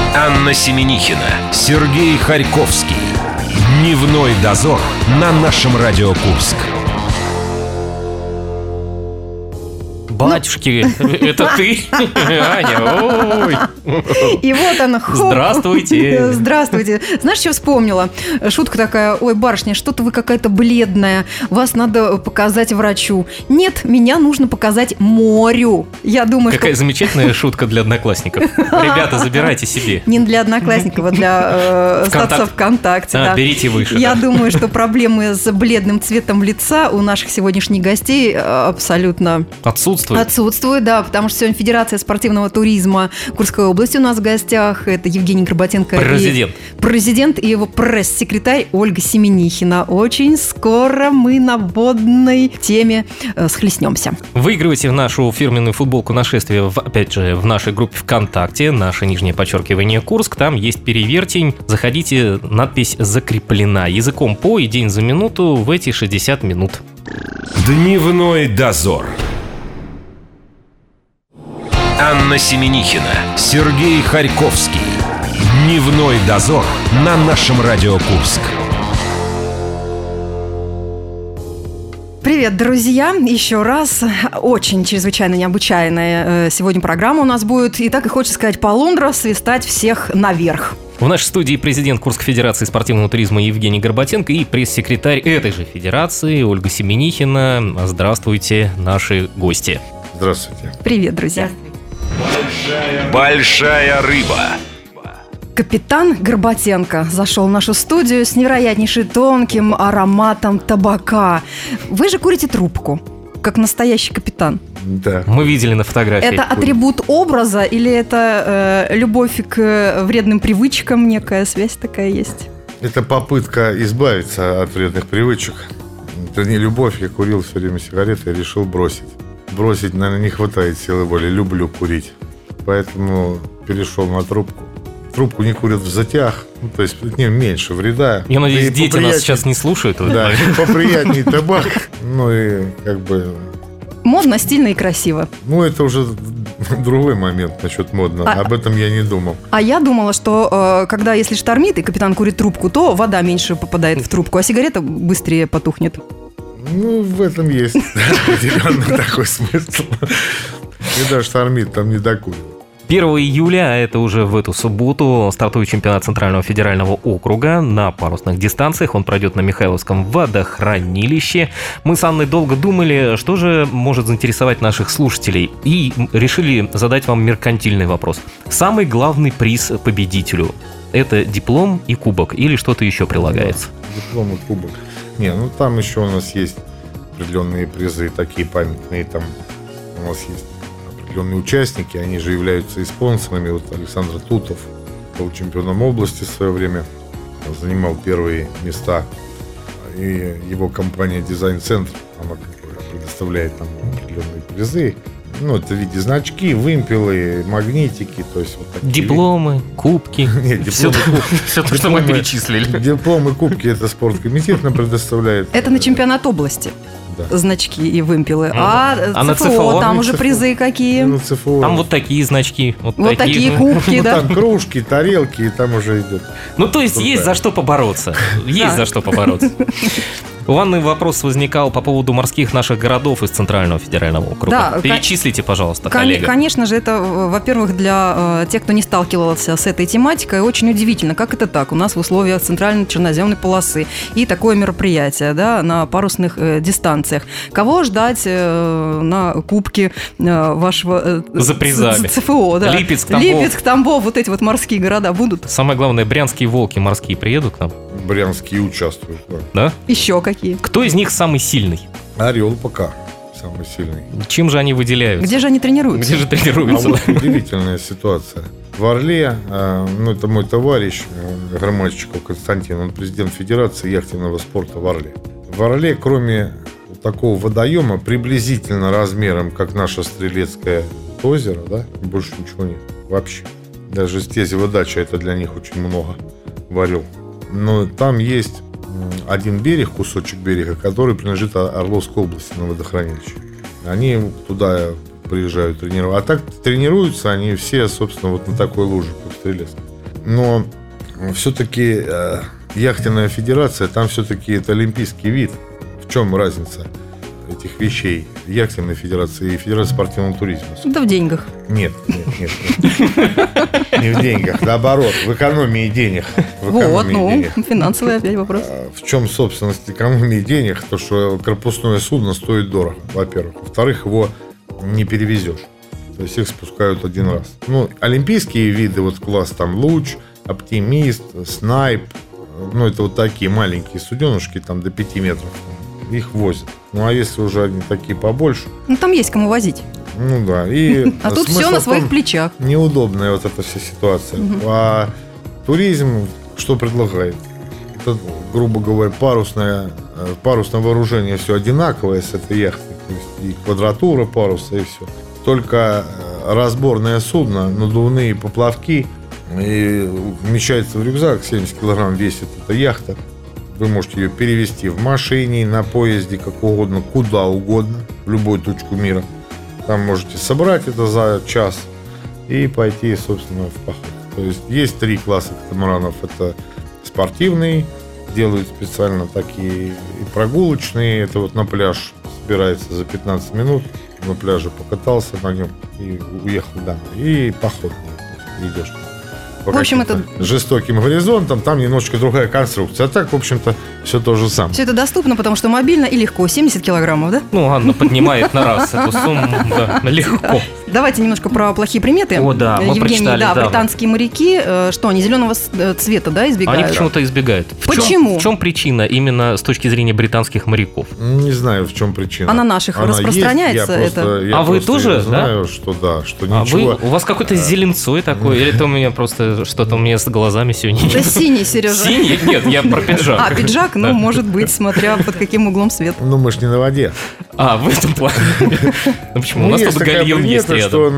Анна Семенихина, Сергей Харьковский. Дневной дозор на нашем Радио Курск. Батюшки, это ты, Аня, ой. И вот она, хоп. Здравствуйте. Здравствуйте. Знаешь, что вспомнила? Шутка такая: ой, барышня, что-то вы какая-то бледная, вас надо показать врачу. Нет, меня нужно показать морю. Я думаю, Какая замечательная шутка для одноклассников. Ребята, забирайте себе. Не для одноклассников, а для статуса ВКонтакте. Да. Берите выше. Я думаю, что проблемы с бледным цветом лица у наших сегодняшних гостей абсолютно отсутствует, да, потому что сегодня Федерация спортивного туризма Курской области у нас в гостях. Это Евгений Горбатенко. Президент и его пресс-секретарь Ольга Семенихина. Очень скоро мы на водной теме схлестнемся. Выигрывайте нашу фирменную футболку нашествия, опять же, в нашей группе ВКонтакте, наше нижнее подчеркивание Курск. Там есть перевертень. Заходите, надпись закреплена. Языком по и день за минуту в эти 60 минут. Дневной дозор. Анна Семенихина, Сергей Харьковский. Дневной дозор на нашем Радио Курск. Привет, друзья! Еще раз. Очень чрезвычайно необычайная сегодня программа у нас будет. И так и хочется сказать полундра, свистать всех наверх. В нашей студии президент Курской Федерации спортивного туризма Евгений Горбатенко и пресс-секретарь этой же федерации Ольга Семенихина. Здравствуйте, наши гости. Здравствуйте. Привет, друзья. Большая рыба. Капитан Горбатенко зашел в нашу студию с невероятнейшим тонким ароматом табака. Вы же курите трубку, как настоящий капитан. Да. Мы видели на фотографии. Это атрибут образа или это любовь к вредным привычкам, некая связь такая есть? Это попытка избавиться от вредных привычек. Это не любовь, я курил все время сигареты и решил бросить. Бросить, наверное, не хватает силы воли, люблю курить. Поэтому перешел на трубку. Трубку не курят в затяг, то есть от нее меньше вреда. Я надеюсь, дети нас сейчас не слушают. Да, поприятнее табак, ну и как бы... Модно, стильно и красиво. Ну, это уже другой момент насчет модно. Об этом я не думал. А я думала, что когда, если штормит и капитан курит трубку, то вода меньше попадает в трубку, а сигарета быстрее потухнет. Ну, в этом есть определенный такой смысл. Когда штормит, там не докурит. 1 июля, а это уже в эту субботу, стартует чемпионат Центрального федерального округа на парусных дистанциях. Он пройдет на Михайловском водохранилище. Мы с Анной долго думали, что же может заинтересовать наших слушателей, и решили задать вам меркантильный вопрос. Самый главный приз победителю – это диплом и кубок или что-то еще прилагается? Да, диплом и кубок. Не, ну там еще у нас есть определенные призы, такие памятные. Там у нас есть определенные участники, они же являются и спонсорами. Вот Александр Тутов был чемпионом области в свое время, занимал первые места. И его компания «Дизайн-центр», она предоставляет нам определенные призы. Ну, это в виде значки, вымпелы, магнитики, то есть вот такие. Дипломы, кубки. Нет, все то, что мы перечислили. Дипломы, кубки это спорткомитет нам предоставляет. Это на чемпионат области. Да. Значки и вымпелы. А на ЦФО там уже призы какие? На ЦФО. Там вот такие значки. Вот такие кубки, да. Там кружки, тарелки, и там уже идет. Ну, то есть есть за что побороться. Есть за что побороться. У Анны вопрос возникал по поводу морских наших городов из Центрального федерального округа. Да, перечислите, пожалуйста, коллега. Конечно же, это, во-первых, для тех, кто не сталкивался с этой тематикой, очень удивительно, как это так. У нас в условиях центральной черноземной полосы и такое мероприятие, да, на парусных дистанциях. Кого ждать на кубке вашего за призами? ЦФО, да. Липецк, Тамбов, вот эти вот морские города будут? Самое главное, брянские волки морские приедут к нам? Брянские участвуют, да. Еще какие? Кто из них самый сильный? Орел пока самый сильный. Чем же они выделяются? Где же они тренируются? Вот удивительная ситуация. В Орле, ну это мой товарищ Громадчиков Константин, он президент Федерации яхтенного спорта в Орле. В Орле, кроме такого водоема, приблизительно размером, как наше Стрелецкое озеро, да, больше ничего нет вообще. Даже Стезева дача, это для них очень много в Орел. Но там есть один берег, кусочек берега, который принадлежит Орловской области на водохранилище. Они туда приезжают тренировать. А так тренируются они все, собственно, вот на такой луже, как Стрелецк. Но все-таки яхтенная федерация, там все-таки это олимпийский вид. В чем разница этих вещей? Яхтенной федерации и федерации спортивного туризма. Да в деньгах. Нет. Не в деньгах, наоборот, в экономии денег. Финансовый опять вопрос. В чем собственность экономии денег? То, что корпусное судно стоит дорого, во-первых. Во-вторых, его не перевезешь. То есть их спускают один раз. Олимпийские виды, вот класс там луч, оптимист, снайп, это вот такие маленькие суденышки, там до 5 метров. Их возят. А если уже они такие побольше... там есть кому возить. Да. А тут все на своих плечах. Неудобная вот эта вся ситуация. А туризм что предлагает? Это, грубо говоря, парусное вооружение все одинаковое с этой яхтой. То есть и квадратура паруса, и все. Только разборное судно, надувные поплавки, и вмещается в рюкзак, 70 килограмм весит эта яхта. Вы можете ее перевезти в машине, на поезде, как угодно, куда угодно, в любую точку мира. Там можете собрать это за час и пойти, собственно, в поход. То есть 3 класса катамаранов. Это спортивные, делают специально такие, и прогулочные. Это вот на пляж собирается за 15 минут, на пляже покатался на нем и уехал домой. И походные, идешь. В общем, это жестоким горизонтом, там немножечко другая конструкция. А так, в общем-то, все то же самое. Все это доступно, потому что мобильно и легко. 70 килограммов, да? Анна поднимает на раз эту сумму, да, легко. Давайте немножко про плохие приметы. Мы Евгений, прочитали. Британские моряки, что они зеленого цвета, избегают? Они почему-то избегают. Почему? В чем причина именно с точки зрения британских моряков? Не знаю, в чем причина. А на наших распространяется это? А вы тоже, знаю, что да, что ничего. У вас какой-то зеленцой такой, или это у меня просто что-то у меня с глазами сегодня? Это синий, Сережа. Синий? Нет, я про пиджак. Пиджак, может быть, смотря под каким углом света. Мы ж не на воде. В этом плане. Почему? У нас тут гальюн есть рядом. Что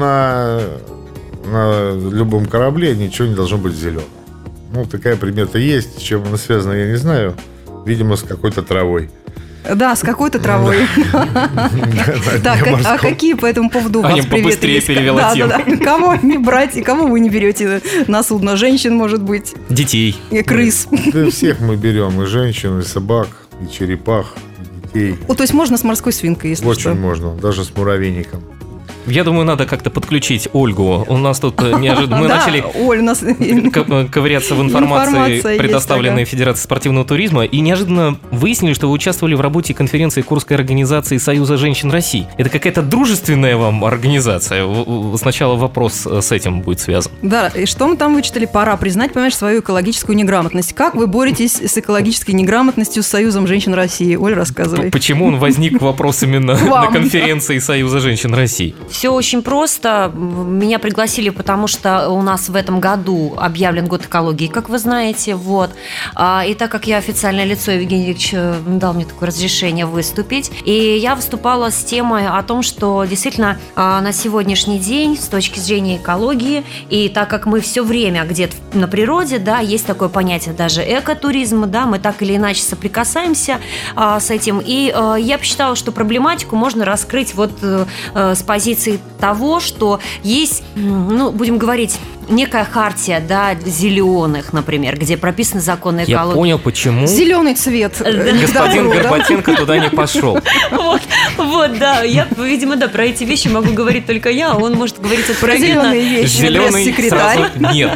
на любом корабле ничего не должно быть зеленым. Такая примета есть. С чем она связана, я не знаю. Видимо, с какой-то травой. Да, с какой-то травой. Так, а какие по этому поводу у вас приветы есть? Побыстрее перевела тему. Кого не брать и кого вы не берете на судно? Женщин, может быть? Детей. И крыс. Да всех мы берем. И женщин, и собак, и черепах, и детей. То есть можно с морской свинкой, если что? Очень можно, даже с муравейником. Я думаю, надо как-то подключить Ольгу. У нас тут неожиданно... Мы начали ковыряться в информации, предоставленной Федерацией спортивного туризма, и неожиданно выяснили, что вы участвовали в работе конференции Курской организации Союза женщин России. Это какая-то дружественная вам организация? Сначала вопрос с этим будет связан. Да, и что мы там вычитали? Пора признать, понимаешь, свою экологическую неграмотность. Как вы боретесь с экологической неграмотностью с Союзом женщин России? Оль, рассказывай. Почему он возник вопрос именно на конференции Союза женщин России? Все очень просто. Меня пригласили, потому что у нас в этом году объявлен год экологии, как вы знаете. И так как я официальное лицо, Евгений Ильич дал мне такое разрешение выступить. И я выступала с темой о том, что действительно на сегодняшний день с точки зрения экологии, и так как мы все время где-то на природе, есть такое понятие даже экотуризм, мы так или иначе соприкасаемся с этим. И я посчитала, что проблематику можно раскрыть с позиции того, что есть, будем говорить, некая хартия, зеленых, например, где прописаны законы экологии. Я понял, почему. Зеленый цвет. Господин Горбатенко туда не пошел. Я, видимо, про эти вещи могу говорить только я, а он может говорить откровенно. Зеленые вещи. Зеленый сразу нет.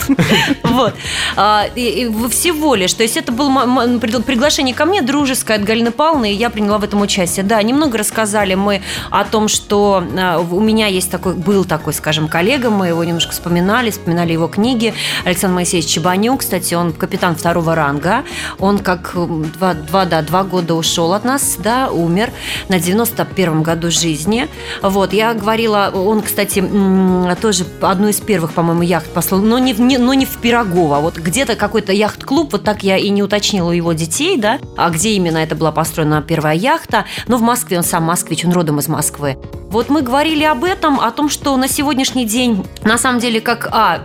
Всего лишь. То есть это было приглашение ко мне дружеское от Галины Павловны, и я приняла в этом участие. Немного рассказали мы о том, что у меня был такой, скажем, коллега, мы его немножко вспоминали его книги. Александр Моисеевич Чебанюк, кстати, он капитан 2-го ранга. Он 2 года ушел от нас, умер на 91-м году жизни. Я говорила, он, кстати, тоже одну из первых, по-моему, яхт послал, но не в Пирогово. Где-то какой-то яхт-клуб, так я и не уточнила у его детей, а где именно это была построена первая яхта. Но в Москве, он сам москвич, он родом из Москвы. Мы говорили об этом, о том, что на сегодняшний день, на самом деле,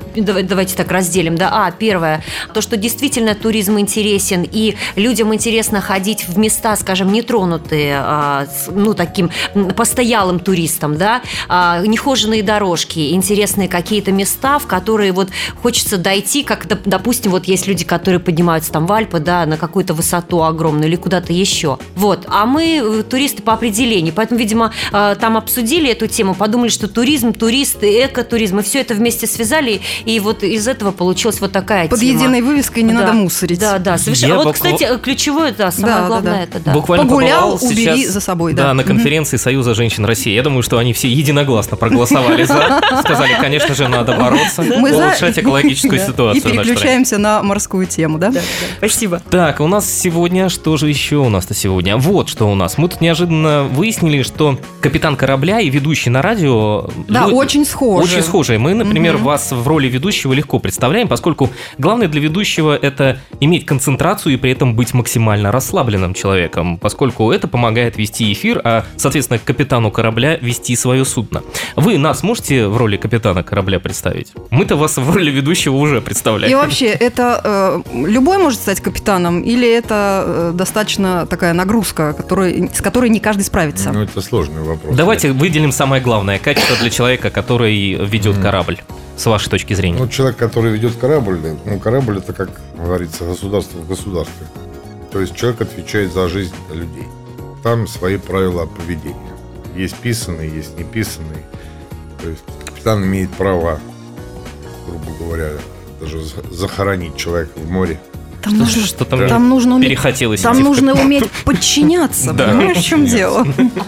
давайте так разделим, да. Первое, то, что действительно туризм интересен, и людям интересно ходить в места, скажем, нетронутые, таким постоялым туристам, да, нехоженные дорожки, интересные какие-то места, в которые вот хочется дойти, как, допустим, вот есть люди, которые поднимаются там в Альпы, да, на какую-то высоту огромную или куда-то еще. Вот. А мы туристы по определению, поэтому, видимо, там обсудили эту тему, подумали, что туризм, туристы, экотуризм, и все это вместе связали, и вот из этого получилась вот такая под тема. Под единой вывеской не надо мусорить. Да, совершенно. Кстати, ключевое, самое главное, это да. Буквально погулял, убери за собой. Да, на конференции Союза женщин России. Я думаю, что они все единогласно проголосовали за, сказали, конечно же, надо бороться, улучшать экологическую ситуацию. И переключаемся на морскую тему, да? Спасибо. Так, у нас сегодня, что же еще у нас-то сегодня? Вот что у нас. Мы тут неожиданно выяснили, что капитан корабля и ведущий на радио... Да, очень схожи. Очень схожи. Мы, например, вас в роли ведущего легко представляем, поскольку главное для ведущего – это иметь концентрацию и при этом быть максимально расслабленным человеком, поскольку это помогает вести эфир, а, соответственно, капитану корабля вести свое судно. Вы нас можете в роли капитана корабля представить? Мы-то вас в роли ведущего уже представляем. И вообще, это любой может стать капитаном, или это достаточно такая нагрузка, с которой не каждый справится? Ну, это сложный вопрос. Давайте выделим самое главное качество для человека, который ведет корабль, с вашей точки зрения. Ну, человек, который ведет корабль, корабль это, как говорится, государство в государстве. То есть человек отвечает за жизнь людей. Там свои правила поведения. Есть писанные, есть неписанные. То есть капитан имеет право, грубо говоря, даже захоронить человека в море. Там нужно уметь, перехотелось. Там нужно уметь подчиняться. Понимаешь, в чем дело?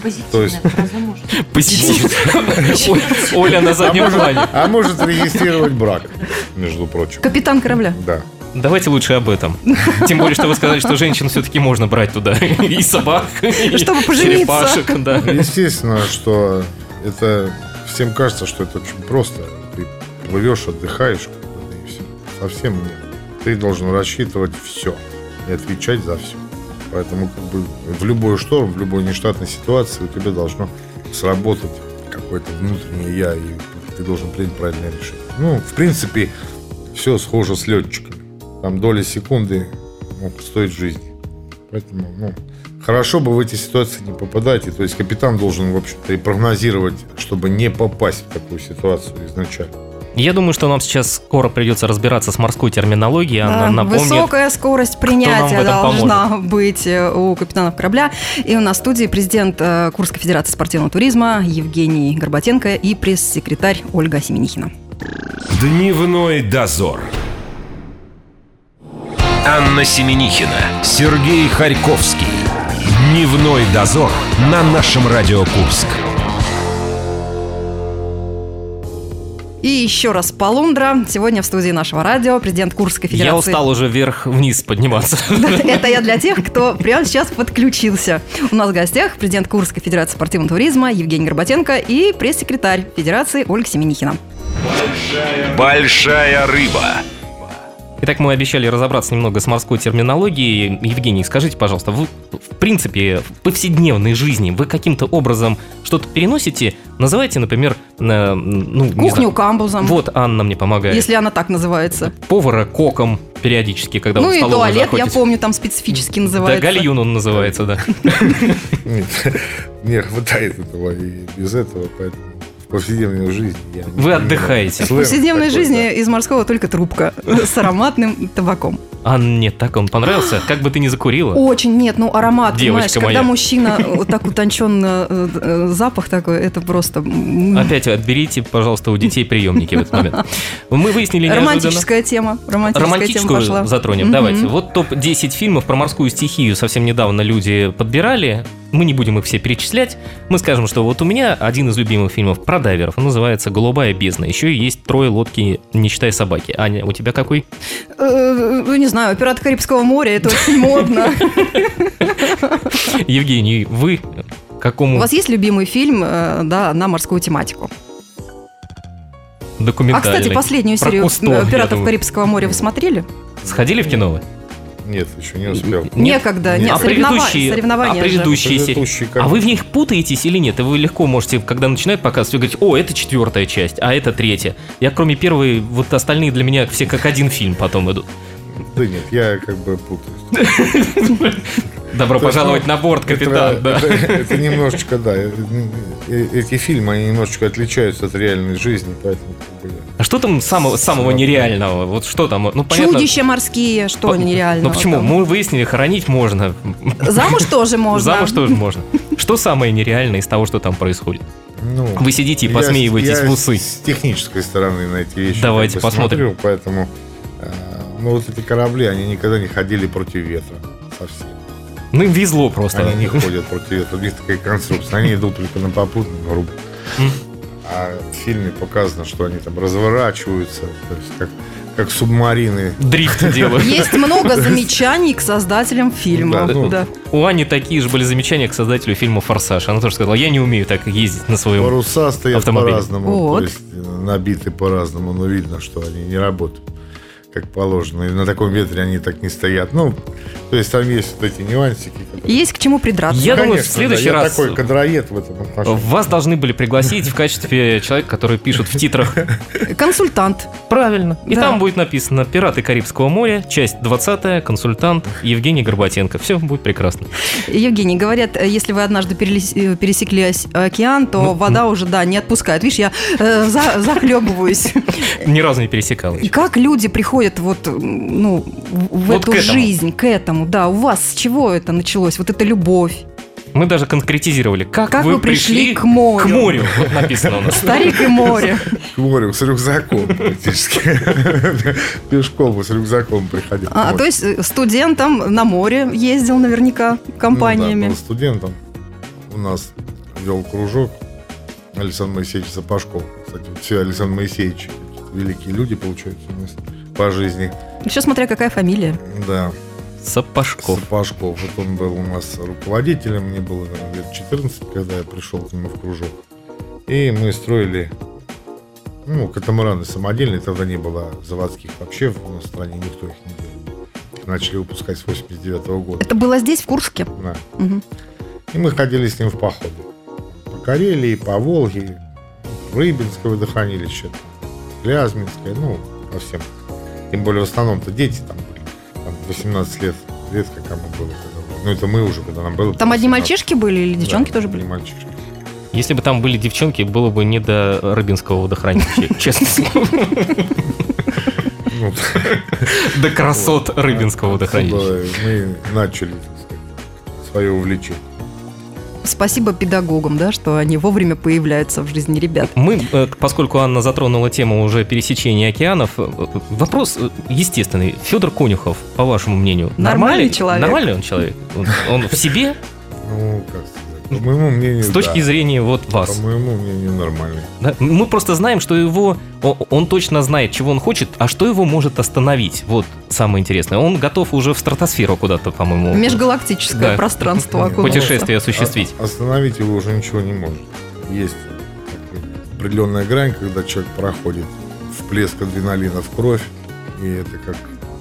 Позитивно. Оля на заднем плане. А может регистрировать брак, между прочим. Капитан корабля. Да. Давайте лучше об этом. Тем более, что вы сказали, что женщин все-таки можно брать туда. И собак, чтобы и черепашек. Да. Естественно, что это всем кажется, что это очень просто. Ты плывешь, отдыхаешь, и все. Совсем нет. Ты должен рассчитывать все и отвечать за все. Поэтому в любой шторм, в любой нештатной ситуации у тебя должно сработать какое-то внутреннее я, и ты должен принять правильное решение. В принципе, все схоже с летчиками. Там доли секунды могут стоить жизни. Поэтому, хорошо бы в эти ситуации не попадать. То есть капитан должен, в общем-то, и прогнозировать, чтобы не попасть в такую ситуацию изначально. Я думаю, что нам сейчас скоро придется разбираться с морской терминологией. Анна напомнит, высокая скорость принятия должна быть у капитанов корабля. И у нас в студии президент Курской федерации спортивного туризма Евгений Горбатенко и пресс-секретарь Ольга Семенихина. Дневной дозор. Анна Семенихина, Сергей Харьковский. Дневной дозор на нашем Радио Курск. И еще раз полундра. Сегодня в студии нашего радио президент Курской федерации. Я устал уже вверх-вниз подниматься. Это я для тех, кто прямо сейчас подключился. У нас в гостях президент Курской федерации спортивного туризма Евгений Горбатенко и пресс-секретарь Федерации Ольга Семенихина. Большая рыба. Итак, мы обещали разобраться немного с морской терминологией. Евгений, скажите, пожалуйста, вы, в принципе, в повседневной жизни вы каким-то образом что-то переносите? Называйте, например, кухню камбузом. Вот Анна мне помогает. Если она так называется. Повара коком периодически, когда вы в столовую туалет, заходите. я помню, там специфически называется. Да, гальюн он называется, да. Не хватает этого и без этого, поэтому... В повседневной жизни вы отдыхаете. В повседневной жизни из морского только трубка с ароматным табаком. А нет, так он понравился? Как бы ты ни закурила? Очень, нет, аромат, девочка понимаешь, моя. когда мужчина вот так утонченно, запах такой, это просто... Опять отберите, пожалуйста, у детей приемники в этот момент. Мы выяснили неожиданно... Романтическая тема Романтическую затронем, давайте. Вот топ-10 фильмов про морскую стихию совсем недавно люди подбирали. Мы не будем их все перечислять. Мы скажем, что вот у меня один из любимых фильмов про дайверов. Он называется «Голубая бездна». Еще есть «Трое лодки, не считая собаки». Аня, у тебя какой? Не знаю, «Пираты Карибского моря», это очень модно. Евгений, вы какому... У вас есть любимый фильм на морскую тематику? Документальный. А, кстати, последнюю серию «Пиратов Карибского моря» вы смотрели? Сходили в кино вы? Нет, еще не успел. Некогда. Нет, соревнования. Предыдущие серии. А вы в них путаетесь или нет? И вы легко можете, когда начинают показывать, вы говорите: о, это 4-я часть, а это 3-я. Я кроме первой, вот остальные для меня все как один фильм потом идут. Да нет, я как бы путаюсь. Добро пожаловать на борт, капитан. Это немножечко, да. Эти фильмы, они немножечко отличаются от реальной жизни, поэтому... А что там самого нереального? Вот что там? Ну, понятно, чудища морские, что нереального? Ну почему? Мы выяснили, хоронить можно. Замуж тоже можно. Замуж тоже можно. Что самое нереальное из того, что там происходит? Ну, вы сидите и посмеиваетесь в усы. С технической стороны на эти вещи давайте посмотрим. Поэтому вот эти корабли, они никогда не ходили против ветра совсем. Ну, им везло просто. Они не ходят против ветра, у них такая конструкция. Они идут только на попутном, грубо. А в фильме показано, что они там разворачиваются, то есть как субмарины. Дрифт делают. Есть много замечаний к создателям фильма. Да. У Ани такие же были замечания к создателю фильма «Форсаж». Она тоже сказала: я не умею так ездить на своем автомобиле. Паруса стоят по-разному, то есть набиты по-разному, но видно, что они не работают как положено. И на таком ветре они так не стоят. Ну, то есть там есть вот эти нюансики. Есть к чему придраться. Я думаю, в следующий раз... Я такой кадроед в этом отношении. Вас должны были пригласить в качестве человека, который пишет в титрах. Консультант. Правильно. И там будет написано: «Пираты Карибского моря», часть 20, консультант Евгений Горбатенко. Все будет прекрасно. Евгений, говорят, если вы однажды пересекли океан, то вода уже, не отпускает. Видишь, я захлебываюсь. Ни разу не пересекал. И как люди приходят в эту жизнь, к этому, у вас с чего это началось, вот эта любовь? Мы даже конкретизировали, как вы пришли к морю. К морю, вот написано у нас. Старик и море. К морю с рюкзаком практически. Пешком с рюкзаком приходил. То есть студентом на море ездил наверняка компаниями. Да, был студентом. У нас вел кружок Александр Моисеевич Сапожков. Кстати, все Александр Моисеевич великие люди, получаются у нас по жизни. Еще смотря какая фамилия. Да. Сапожков. Вот он был у нас руководителем. Мне было, наверное, лет 14, когда я пришел к нему в кружок. И мы строили катамараны самодельные. Тогда не было заводских вообще в нашей стране. Никто их не делал. Их начали выпускать с 89-го года. Это было здесь, в Курске? Да. Угу. И мы ходили с ним в походы. По Карелии, по Волге, Рыбинское водохранилище, Клязьминское, по всем. Тем более в основном-то дети там были. Там 18 лет, редко кому было. Это мы уже, когда нам было. Там одни мальчишки были или девчонки тоже были? Мальчишки. Если бы там были девчонки, было бы не до Рыбинского водохранилища, честно слово. До красот Рыбинского водохранилища. Мы начали, свое увлечение. Спасибо педагогам, что они вовремя появляются в жизни ребят. Мы, поскольку Анна затронула тему уже пересечения океанов, вопрос естественный. Федор Конюхов, по вашему мнению, нормальный человек? Нормальный он человек? Он в себе? Как сказать? По моему мнению, с точки зрения вас. По моему мнению, нормальный. Да? Мы просто знаем, что он точно знает, чего он хочет, а что его может остановить. Вот самое интересное. Он готов уже в стратосферу куда-то, по-моему. Межгалактическое пространство окунуться. Путешествие осуществить. Остановить его уже ничего не может. Есть определенная грань, когда человек проходит вплеск адреналина в кровь, и это как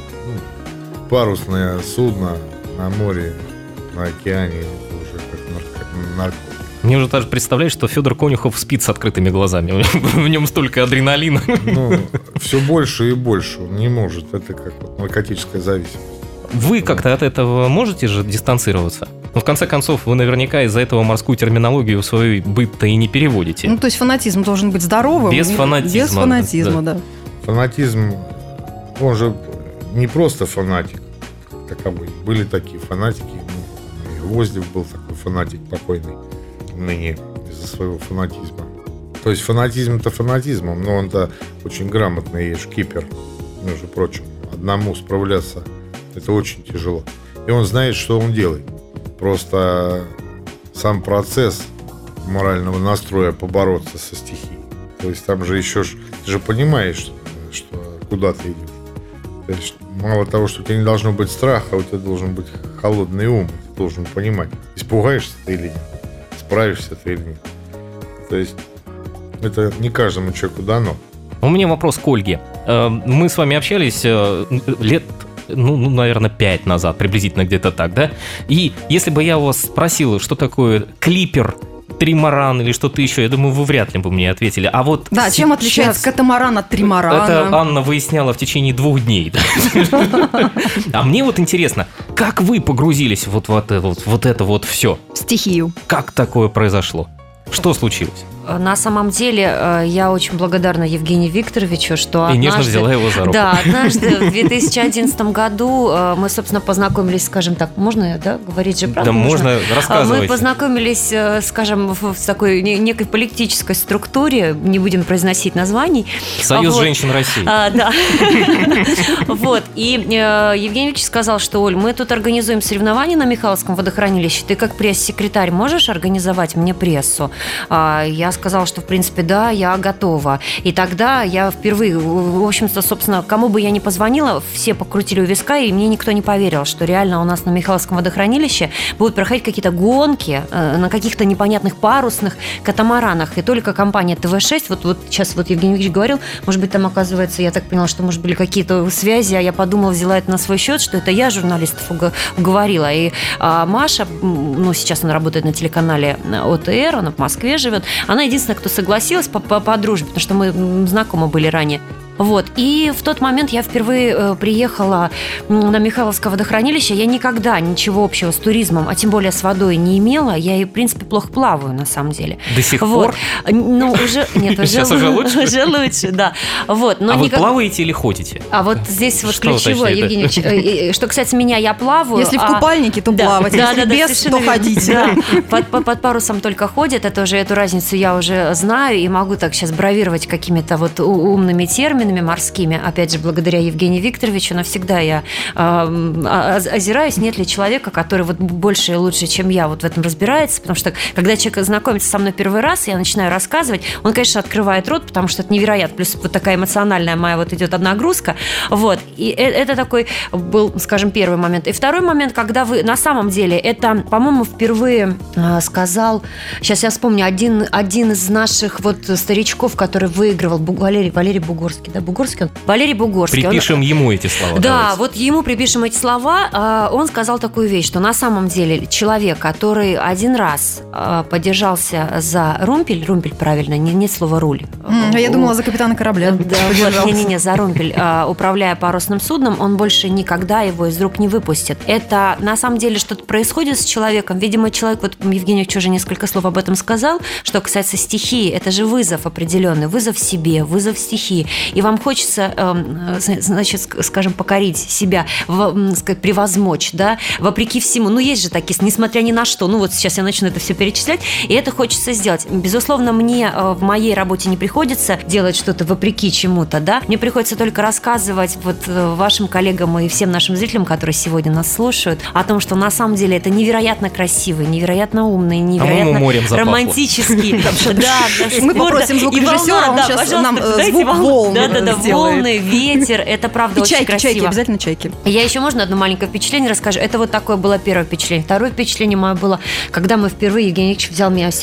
парусное судно на море, на океане. Это уже как наркотик. Мне уже даже представляешь, что Федор Конюхов спит с открытыми глазами. В нем столько адреналина. Все больше и больше. Он не может. Это как наркотическая зависимость. Вы как-то от этого можете же дистанцироваться? Но в конце концов, вы наверняка из-за этого морскую терминологию в свой быт-то и не переводите. То есть фанатизм должен быть здоровым. Без фанатизма. Без фанатизма, да. Фанатизм, он же не просто фанатик таковой. Были такие фанатики. Гвоздев был такой фанатик покойный ныне из-за своего фанатизма. То есть фанатизм-то фанатизмом, но он-то очень грамотный шкипер, между прочим. Одному справляться это очень тяжело. И он знает, что он делает. Просто сам процесс морального настроя побороться со стихией. То есть там же еще ты же понимаешь, что куда ты идешь. То есть мало того, что у тебя не должно быть страха, у тебя должен быть холодный ум. Ты должен понимать, испугаешься ты или нет, справишься ты или нет. То есть это не каждому человеку дано. У меня вопрос к Ольге. Мы с вами общались лет наверное, 5 назад, приблизительно где-то так, да? И если бы я вас спросил, что такое клипер, тримаран или что-то еще, я думаю, вы вряд ли бы мне ответили. А вот да, чем отличается катамаран от тримарана? Это Анна выясняла в течение 2 дней. А мне вот интересно, как вы погрузились вот это вот все? Стихию. Как такое произошло? Что случилось? На самом деле, я очень благодарна Евгению Викторовичу, что однажды... И нежно взяла его за руку. Да, однажды в 2011 году мы, собственно, познакомились, скажем так, можно, да, говорить же, правда? Да, можно, рассказывайте. Мы познакомились, скажем, в такой некой политической структуре, не будем произносить названий. Союз женщин России. Да. Вот, и Евгений Викторович сказал, что, Оль, мы тут организуем соревнования на Михайловском водохранилище, ты как пресс-секретарь можешь организовать мне прессу? Я сказала, что, в принципе, да, я готова. И тогда я впервые, в общем-то, собственно, кому бы я ни позвонила, все покрутили у виска, и мне никто не поверил, что реально у нас на Михайловском водохранилище будут проходить какие-то гонки на каких-то непонятных парусных катамаранах. И только компания ТВ-6, вот сейчас вот Евгений Викторович говорил, может быть, там, оказывается, я так поняла, что, может, были какие-то связи, а я подумала, взяла это на свой счет, что это я журналистов уговорила. И Маша, сейчас она работает на телеканале ОТР, она в Москве живет, она единственная, кто согласилась по дружбе, потому что мы знакомы были ранее. Вот. И в тот момент я впервые приехала на Михайловское водохранилище. Я никогда ничего общего с туризмом, а тем более с водой, не имела. Я, в принципе, плохо плаваю, на самом деле. До сих пор? Уже... Нет, сейчас уже лучше? Уже лучше, да. Вот. Но вы плаваете или ходите? А вот здесь вот ключевое, Евгений Ильич, что касается меня, я плаваю. Если в купальнике, то плавать. Если без, то ходить. Под парусом только ходят. Это уже эту разницу я уже знаю и могу так сейчас бравировать какими-то вот умными терминами морскими, опять же, благодаря Евгению Викторовичу, навсегда я озираюсь, нет ли человека, который вот больше и лучше, чем я, вот в этом разбирается, потому что, когда человек знакомится со мной первый раз, я начинаю рассказывать, он, конечно, открывает рот, потому что это невероятно, плюс вот такая эмоциональная моя вот идет нагрузка, вот, и это такой был, скажем, первый момент. И второй момент, когда вы, на самом деле, это, по-моему, впервые сказал, сейчас я вспомню, один из наших вот старичков, который выигрывал, Валерий Бугорский, да, Валерий Бугорский. Припишем ему эти слова. Да, давайте. Вот ему припишем эти слова. Он сказал такую вещь, что на самом деле человек, который один раз подержался за румпель правильно, не слово руль. Я думала, за капитана корабля. Да, не, за румпель, управляя парусным судном, он больше никогда его из рук не выпустит. Это на самом деле что-то происходит с человеком. Видимо, человек, вот Евгений уже несколько слов об этом сказал, что касается стихии, это же вызов определенный, вызов себе, вызов стихии. И вам хочется, значит, скажем, покорить себя, превозмочь, да, вопреки всему. Есть же такие, несмотря ни на что. Вот сейчас я начну это все перечислять, и это хочется сделать. Безусловно, мне в моей работе не приходится делать что-то вопреки чему-то, да. Мне приходится только рассказывать вот вашим коллегам и всем нашим зрителям, которые сегодня нас слушают, о том, что на самом деле это невероятно красивый, невероятно умный, невероятно романтический. Мы попросим звукорежиссера, он сейчас нам звук волн. Да, волны, ветер, это правда очень красиво. Чайки, обязательно чайки. Я еще, можно, одно маленькое впечатление расскажу? Это вот такое было первое впечатление. Второе впечатление мое было, когда мы впервые, Евгений Ильич взял меня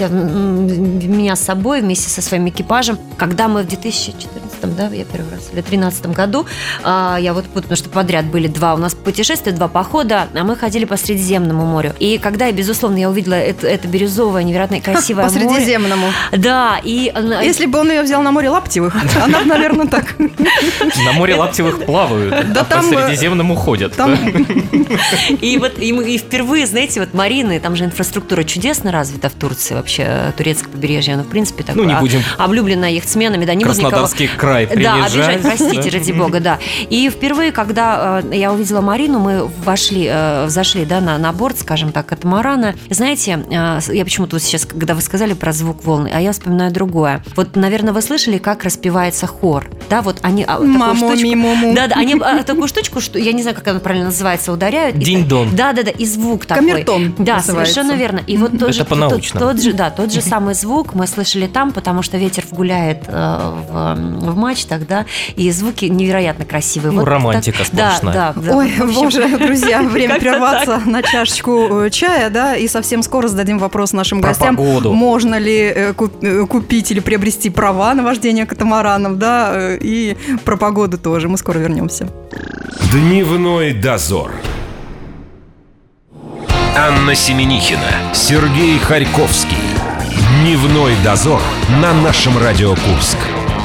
с собой вместе со своим экипажем, когда мы в 2014, да, я первый раз, или 2013 году, я вот, потому что подряд были 2 у нас путешествия, 2 похода, а мы ходили по Средиземному морю. И когда, безусловно, я увидела это бирюзовое, невероятно красивое море. По Средиземному. Да, и... Если бы он ее взял на море Лаптевых, она, наверное, так... На море Лаптевых плавают, да, а по Средиземному ходят. И вот и впервые, знаете, вот марины, там же инфраструктура чудесно развита в Турции вообще, турецкое побережье, оно в принципе такое, не будем облюблено яхтсменами, да, не буду никого... Краснодарский край приезжать. Да, обижать, простите, ради бога, да. И впервые, когда я увидела Марину, мы взошли, да, на борт, скажем так, катамарана. Знаете, я почему-то вот сейчас, когда вы сказали про звук волны, а я вспоминаю другое. Вот, наверное, вы слышали, как распевается хор, да, вот они да, они такую штучку, что я не знаю, как она правильно называется, ударяют. Динь-дон. Да, и звук такой. Камертон. Да, называется. совершенно верно. И вот это по-научному. тот же самый звук мы слышали там, потому что ветер гуляет в матч тогда, и звуки невероятно красивые. Ну, вот романтика сплошная. Да. Ой, боже, друзья, время прерваться на чашечку чая, да, и совсем скоро зададим вопрос нашим гостям. Погоду. Можно ли купить или приобрести права на вождение катамараном, да, и про погоду тоже. Мы скоро вернемся. Дневной дозор. Анна Семенихина, Сергей Харьковский. Дневной дозор на нашем Радио Курск.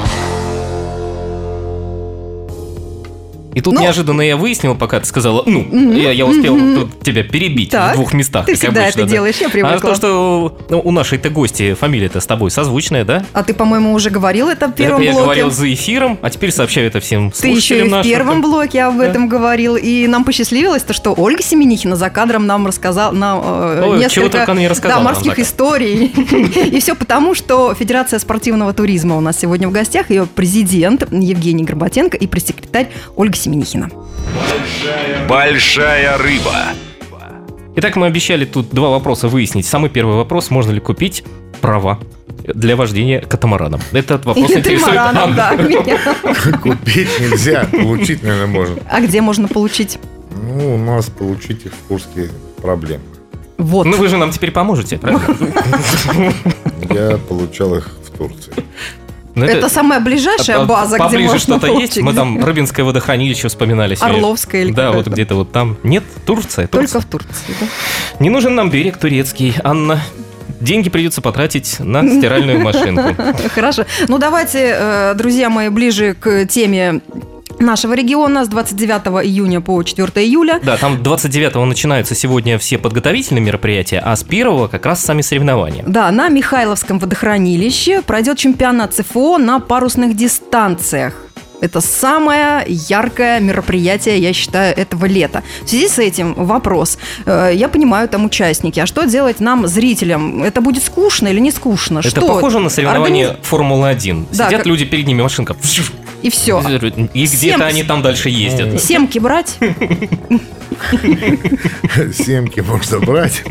И тут неожиданно я выяснил, пока ты сказала, я успел тут тебя перебить в двух местах. Ты всегда обычно, это делаешь, я привыкла. А то, что у нашей-то гости фамилия-то с тобой созвучная, да? А ты, по-моему, уже говорил это в первом блоке. Это я говорил за эфиром, а теперь сообщаю это всем слушателям нашим. Ты еще и в первом блоке об этом говорил. И нам посчастливилось, что Ольга Семенихина за кадром нам рассказала несколько морских историй. И все потому, что Федерация спортивного туризма у нас сегодня в гостях. Ее президент Евгений Горбатенко и пресс-секретарь Ольга Семенихина. Большая рыба. Итак, мы обещали тут два вопроса выяснить. Самый первый вопрос: можно ли купить права для вождения катамараном? Этот вопрос интересует Анну. Да, меня. Купить нельзя, получить, наверное, можно. А где можно получить? У нас получить их в Курске проблема. Вот. Ну вы же нам теперь поможете, правильно? Я получал их в Турции. Это самая ближайшая база, где можно что-то есть. Мы там Рыбинское водохранилище вспоминали. Орловское или да, вот где-то вот там. Нет, Турция. Только в Турции, да? Не нужен нам берег турецкий, Анна. Деньги придется потратить на стиральную машинку. Хорошо. Ну, давайте, друзья мои, ближе к теме нашего региона с 29 июня по 4 июля. Да, там 29-го начинаются сегодня все подготовительные мероприятия, а с 1-го как раз сами соревнования. Да, на Михайловском водохранилище пройдет чемпионат ЦФО на парусных дистанциях. Это самое яркое мероприятие, я считаю, этого лета. В связи с этим вопрос. Я понимаю, там участники. А что делать нам, зрителям? Это будет скучно или не скучно? Это похоже на соревнования Формулы-1. Да, сидят люди перед ними, машинка. И все. И где-то они там дальше ездят. Семки брать? Семки можно брать.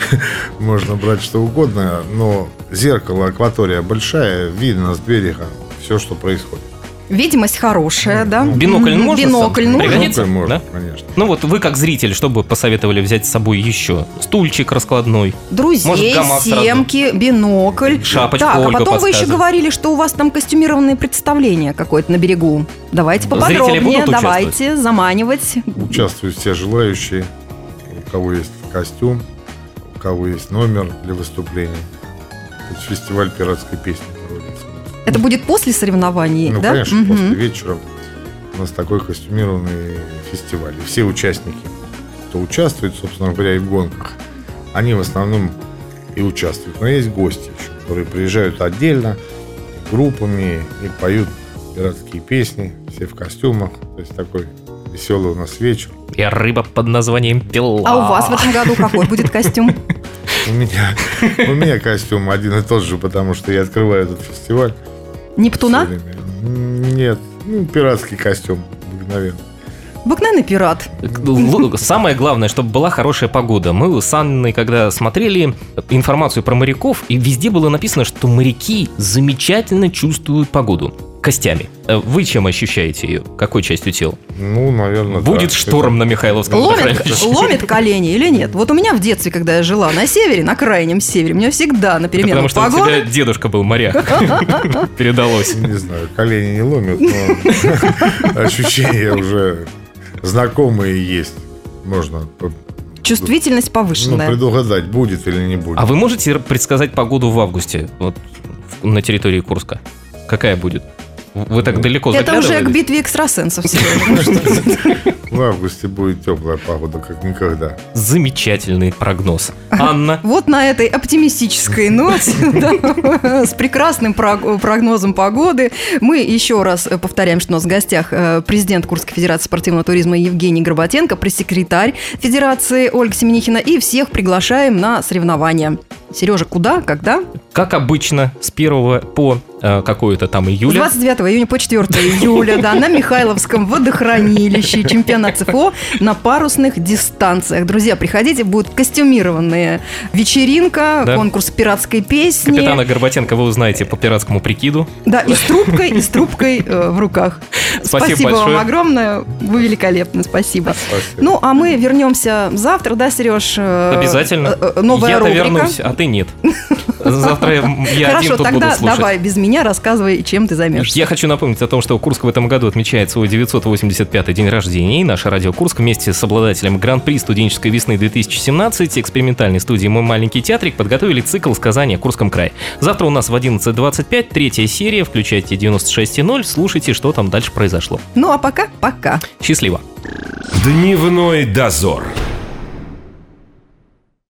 Можно брать что угодно. Но зеркало, акватория большая. Видно с берега все, что происходит. Видимость хорошая, да? Бинокль можно? Бинокль нужен? Пригодится? Бинокль можно, да? конечно. Ну вот вы как зритель, что бы посоветовали взять с собой еще? Стульчик раскладной. Друзей, семки, бинокль. Шапочку так, Ольга а потом вы еще подскажет. говорили, что у вас там костюмированное представление какое-то на берегу. Давайте Зрители поподробнее, будут давайте заманивать. Участвуют все желающие. У кого есть костюм, у кого есть номер для выступления. Тут фестиваль пиратской песни проводится. Это будет после соревнований, Ну, да? конечно, после вечера у нас такой костюмированный фестиваль. И все участники, кто участвует, собственно говоря, и в гонках, они в основном и участвуют. Но есть гости еще, которые приезжают отдельно, группами и поют пиратские песни, все в костюмах. То есть такой веселый у нас вечер. И рыба под названием пила. А у вас в этом году какой будет костюм? У меня костюм один и тот же, потому что я открываю этот фестиваль. Нептуна? Нет, пиратский костюм обыкновенный. Обыкновенный пират. Самое главное, чтобы была хорошая погода. Мы с Анной, когда смотрели информацию про моряков, и везде было написано, что моряки замечательно чувствуют погоду костями. Вы чем ощущаете ее? Какой частью тела? Ну, наверное, будет шторм на Михайловском водохранилище? Ломит колени или нет? Вот у меня в детстве, когда я жила на севере, на крайнем севере, у меня всегда на перемену погоды. Потому что у тебя дедушка был моряк. Передалось. Не знаю, колени не ломят, но ощущения уже знакомые есть. Можно чувствительность повышенная. Предугадать, будет или не будет. А вы можете предсказать погоду в августе на территории Курска? Какая будет? Вы так далеко заглядывали? Это уже к битве экстрасенсов сегодня. В августе будет теплая погода, как никогда. Замечательный прогноз. Анна? Вот на этой оптимистической ноте, с прекрасным прогнозом погоды, мы еще раз повторяем, что у нас в гостях президент Курской Федерации спортивного туризма Евгений Горбатенко, пресс-секретарь Федерации Ольга Семенихина, и всех приглашаем на соревнования. Сережа, куда, когда? Как обычно, с 1 по какое-то там июля. С 29 июня по 4 июля, да, на Михайловском водохранилище, чемпионат ЦФО на парусных дистанциях. Друзья, приходите, будет костюмированная вечеринка, да. Конкурс пиратской песни. Капитана Горбатенко вы узнаете по пиратскому прикиду. Да, и с трубкой в руках. Спасибо вам огромное, вы великолепны, спасибо. Ну, а мы вернемся завтра, да, Сереж? Обязательно. Новая рубрика. Я-то вернусь, а ты нет. Завтра я один тут буду слушать. Хорошо, тогда давай без меня рассказывай, чем ты займешься. Я хочу напомнить о том, что Курск в этом году отмечает свой 985-й день рождения. И наше радио Курск вместе с обладателем Гран-при студенческой весны 2017 экспериментальной студии «Мой маленький театрик» подготовили цикл сказаний о Курском крае. Завтра у нас в 11:25 третья серия. Включайте 96.0, слушайте, что там дальше произошло. Ну а пока. Счастливо. Дневной дозор.